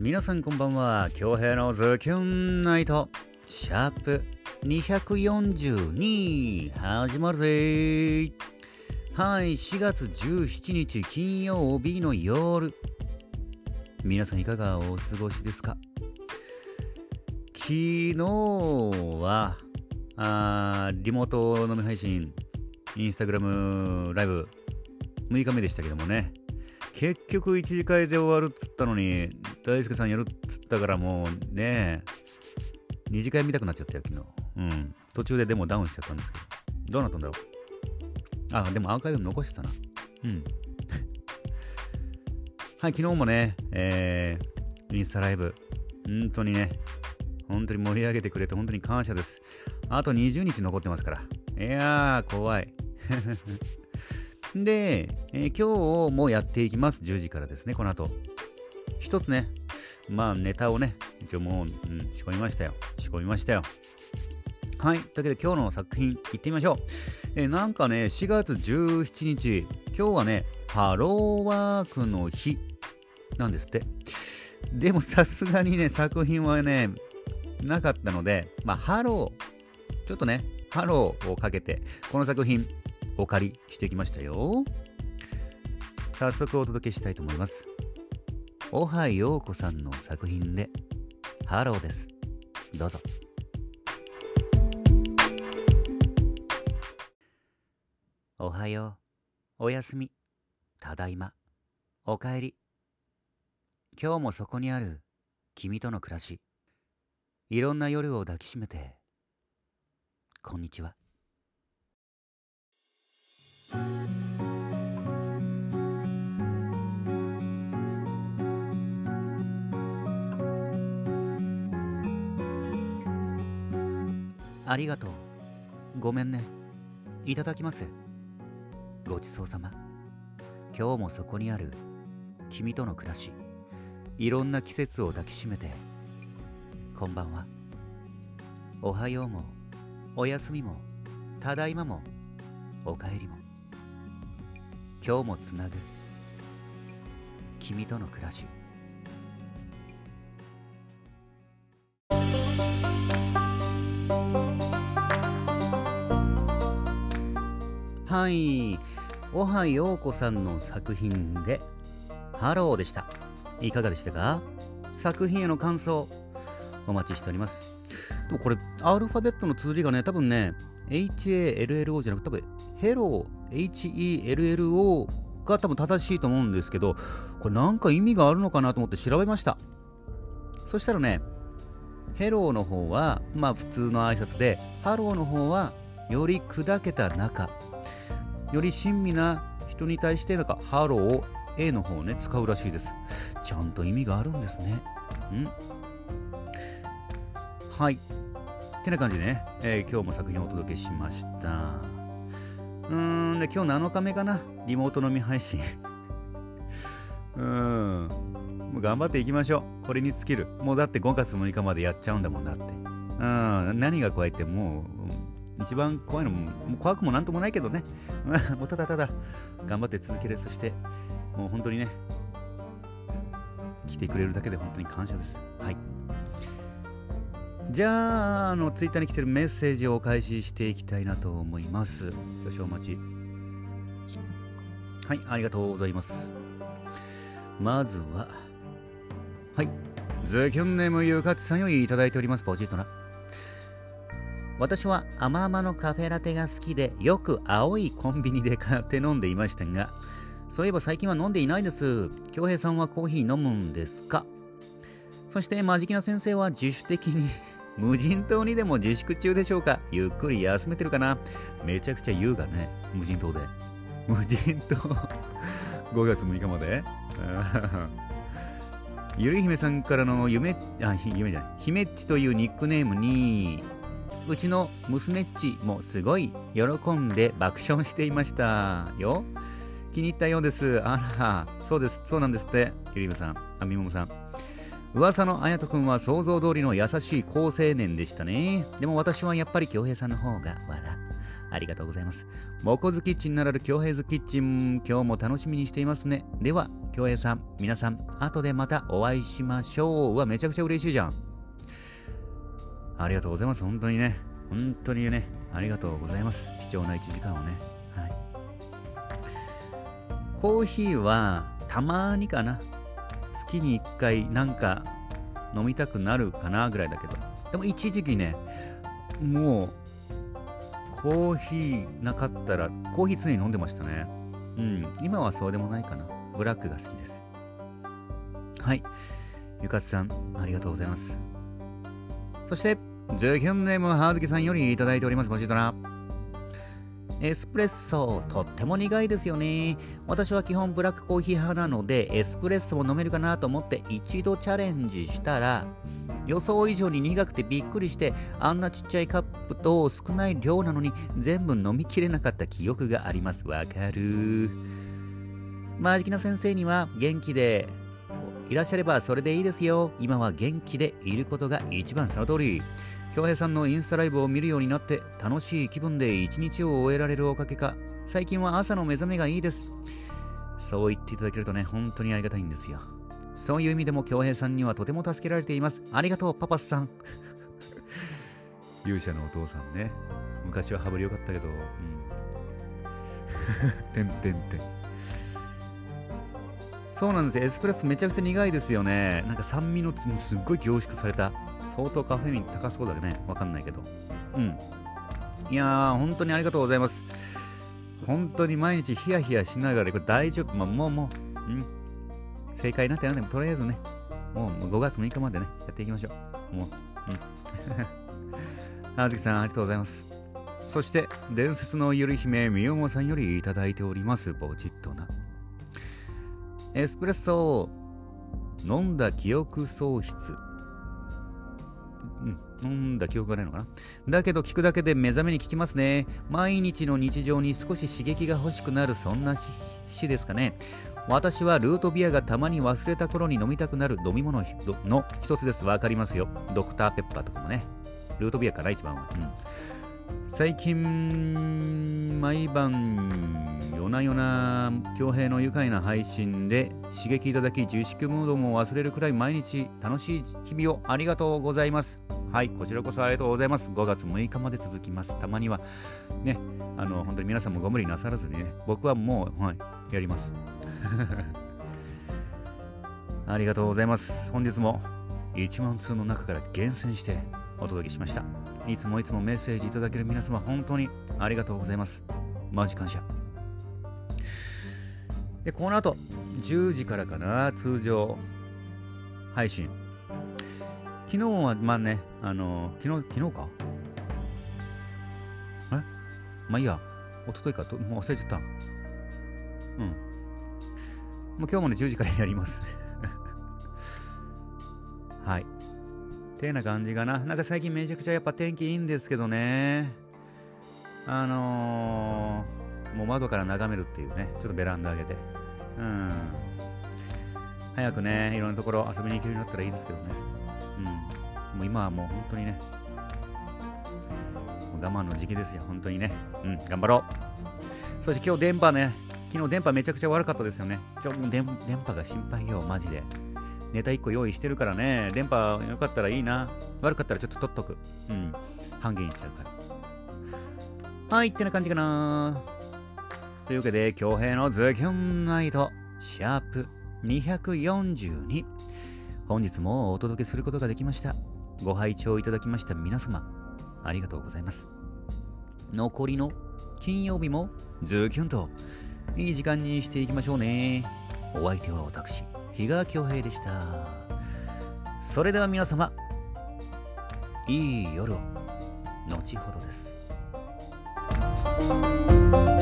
皆さんこんばんは。恭平のズキュンナイトシャープ242始まるぜ。はい、4月17日金曜日の夜、皆さんいかがお過ごしですか？昨日はリモート飲み配信インスタグラムライブ6日目でしたけどもね、結局1次会で終わるっつったのに大輔さんやるっつったからもうね2次会見たくなっちゃったよ昨日。途中ででもダウンしちゃったんですけど、どうなったんだろう。でもアーカイブ残してたな。はい、昨日もねインスタライブ本当に盛り上げてくれて本当に感謝です。あと20日残ってますから、いやー怖いで、今日もやっていきます。10時からですね。この後一つね、ネタをね一応もう、仕込みましたよ。はい、というわけで今日の作品いってみましょう。なんかね、4月17日今日はねハローワークの日なんですって。でもさすがにね作品はねなかったので、ハローちょっとねハローをかけてこの作品お借りしてきましたよ。早速お届けしたいと思います。おはようこさんの作品でハローです。どうぞ。おはよう、おやすみ、ただいま、おかえり。今日もそこにある君との暮らし、いろんな夜を抱きしめてこんにちは。ありがとう。ごめんね。いただきます。ごちそうさま。今日もそこにある君との暮らし、いろんな季節を抱きしめてこんばんは。おはようもおやすみもただいまもおかえりも、今日もつなぐ君との暮らし。はい、おはようこさんの作品でハローでした。いかがでしたか？作品への感想お待ちしております。でもこれアルファベットの綴りがね多分ね HALLO じゃなくて多分ヘロー HELLO が多分正しいと思うんですけど、これなんか意味があるのかなと思って調べました。そしたらね、ヘローの方は普通の挨拶で、ハローの方はより砕けた仲、より親身な人に対してハロー A の方をね使うらしいです。ちゃんと意味があるんですね。はい、てな感じでね、今日も作品をお届けしました。で今日7日目かな、リモート飲み配信もう頑張っていきましょう。これに尽きる。もうだって5月6日までやっちゃうんだもん。だって何が怖いってもう一番怖いのもう怖くもなんともないけどねもうただただ頑張って続ける。そしてもう本当にね来てくれるだけで本当に感謝です。はい、じゃあツイッターに来てるメッセージをお返ししていきたいなと思います。少々お待ち。はい、ありがとうございます。まずはズキュンネームゆかつさんよりいただいております。ポチッとな。私は甘々のカフェラテが好きでよく青いコンビニで買って飲んでいましたが、そういえば最近は飲んでいないです。恭平さんはコーヒー飲むんですか？そしてマジキナ先生は自主的に無人島にでも自粛中でしょうか？ゆっくり休めてるかな？めちゃくちゃ言うがね、無人島で。無人島5月6日までゆりひめさんからの姫っちというニックネームにうちの娘っちもすごい喜んで爆笑していましたよ。気に入ったようです。あら、そうなんですって。ゆりひめさん、みももさん。噂のあやとくんは想像通りの優しい好青年でしたね。でも私はやっぱり恭平さんの方がありがとうございます。モコズキッチンならぬ京平ズキッチン、今日も楽しみにしていますね。では、京平さん、皆さん、後でまたお会いしましょう。うわ、めちゃくちゃ嬉しいじゃん。ありがとうございます。本当にね。本当にね。ありがとうございます。貴重な1時間をね。はい。コーヒーは、たまにかな。月に1回なんか飲みたくなるかなぐらいだけど。でも一時期ね、もう、コーヒーなかったら、コーヒー常に飲んでましたね。うん。今はそうでもないかな。ブラックが好きです。はい。ゆかつさん、ありがとうございます。そして、ズキュンネームはずきさんよりいただいております。もしとな。エスプレッソ、とっても苦いですよね。私は基本ブラックコーヒー派なので、エスプレッソも飲めるかなと思って一度チャレンジしたら、予想以上に苦くてびっくりして、あんなちっちゃいカップと少ない量なのに全部飲みきれなかった記憶があります。わかる。マジキな先生には元気でいらっしゃればそれでいいですよ。今は元気でいることが一番。その通り。京平さんのインスタライブを見るようになって楽しい気分で一日を終えられるおかげか、最近は朝の目覚めがいいです。そう言っていただけるとね、本当にありがたいんですよ。そういう意味でも京平さんにはとても助けられています。ありがとう、パパスさん。勇者のお父さんね。昔は羽振りよかったけど、てんてんてん。そうなんですよ。エスプレッソめちゃくちゃ苦いですよね。なんか酸味のすっごい凝縮された。相当カフェイン高そうだね。わかんないけど。うん。いやー、本当にありがとうございます。本当に毎日ヒヤヒヤしながら、これ大丈夫。もう、正解になってなくても、とりあえずね、もう5月6日までね、やっていきましょう。もう、あずきさん、ありがとうございます。そして、伝説のゆる姫、みよもさんよりいただいております。ぼちっとな。エスプレッソ、飲んだ記憶喪失。飲んだ記憶がないのかな。だけど聞くだけで目覚めに効きますね。毎日の日常に少し刺激が欲しくなる、そんな詩ですかね。私はルートビアがたまに忘れた頃に飲みたくなる飲み物の一つです。わかりますよ。ドクターペッパーとかもね。ルートビアかな、一番は。最近、毎晩、夜な夜な、京平の愉快な配信で刺激いただき、自粛ムードも忘れるくらい毎日楽しい日々をありがとうございます。はい、こちらこそありがとうございます。5月6日まで続きます。たまには、ね、本当に皆さんもご無理なさらずにね、僕はもう、やります。ありがとうございます。本日も1万通の中から厳選してお届けしました。いつもいつもメッセージいただける皆様、本当にありがとうございます。マジ感謝。で、この後、10時からかな、通常配信。昨日は、まあね、昨日かまあいいや、一昨日か、もう忘れちゃった。もう今日もね、10時からやります。はい。てな感じかな。なんか最近めちゃくちゃやっぱ天気いいんですけどね。もう窓から眺めるっていうね。ちょっとベランダ上げて。早くね、いろんなところ遊びに行けるようになったらいいですけどね。もう今はもう本当にね、もう我慢の時期ですよ。本当にね。頑張ろう。そして今日電波ね、昨日電波めちゃくちゃ悪かったですよね。今日も電波が心配よ、マジで。ネタ1個用意してるからね、電波良かったらいいな。悪かったらちょっと取っとく。半減いっちゃうから。はい、ってな感じかな。というわけで、京平のズキュンナイト、シャープ242。本日もお届けすることができました。ご拝聴いただきました皆様、ありがとうございます。残りの金曜日もズキュンといい時間にしていきましょうね。お相手は私、比嘉京平でした。それでは皆様、いい夜を。後ほどです。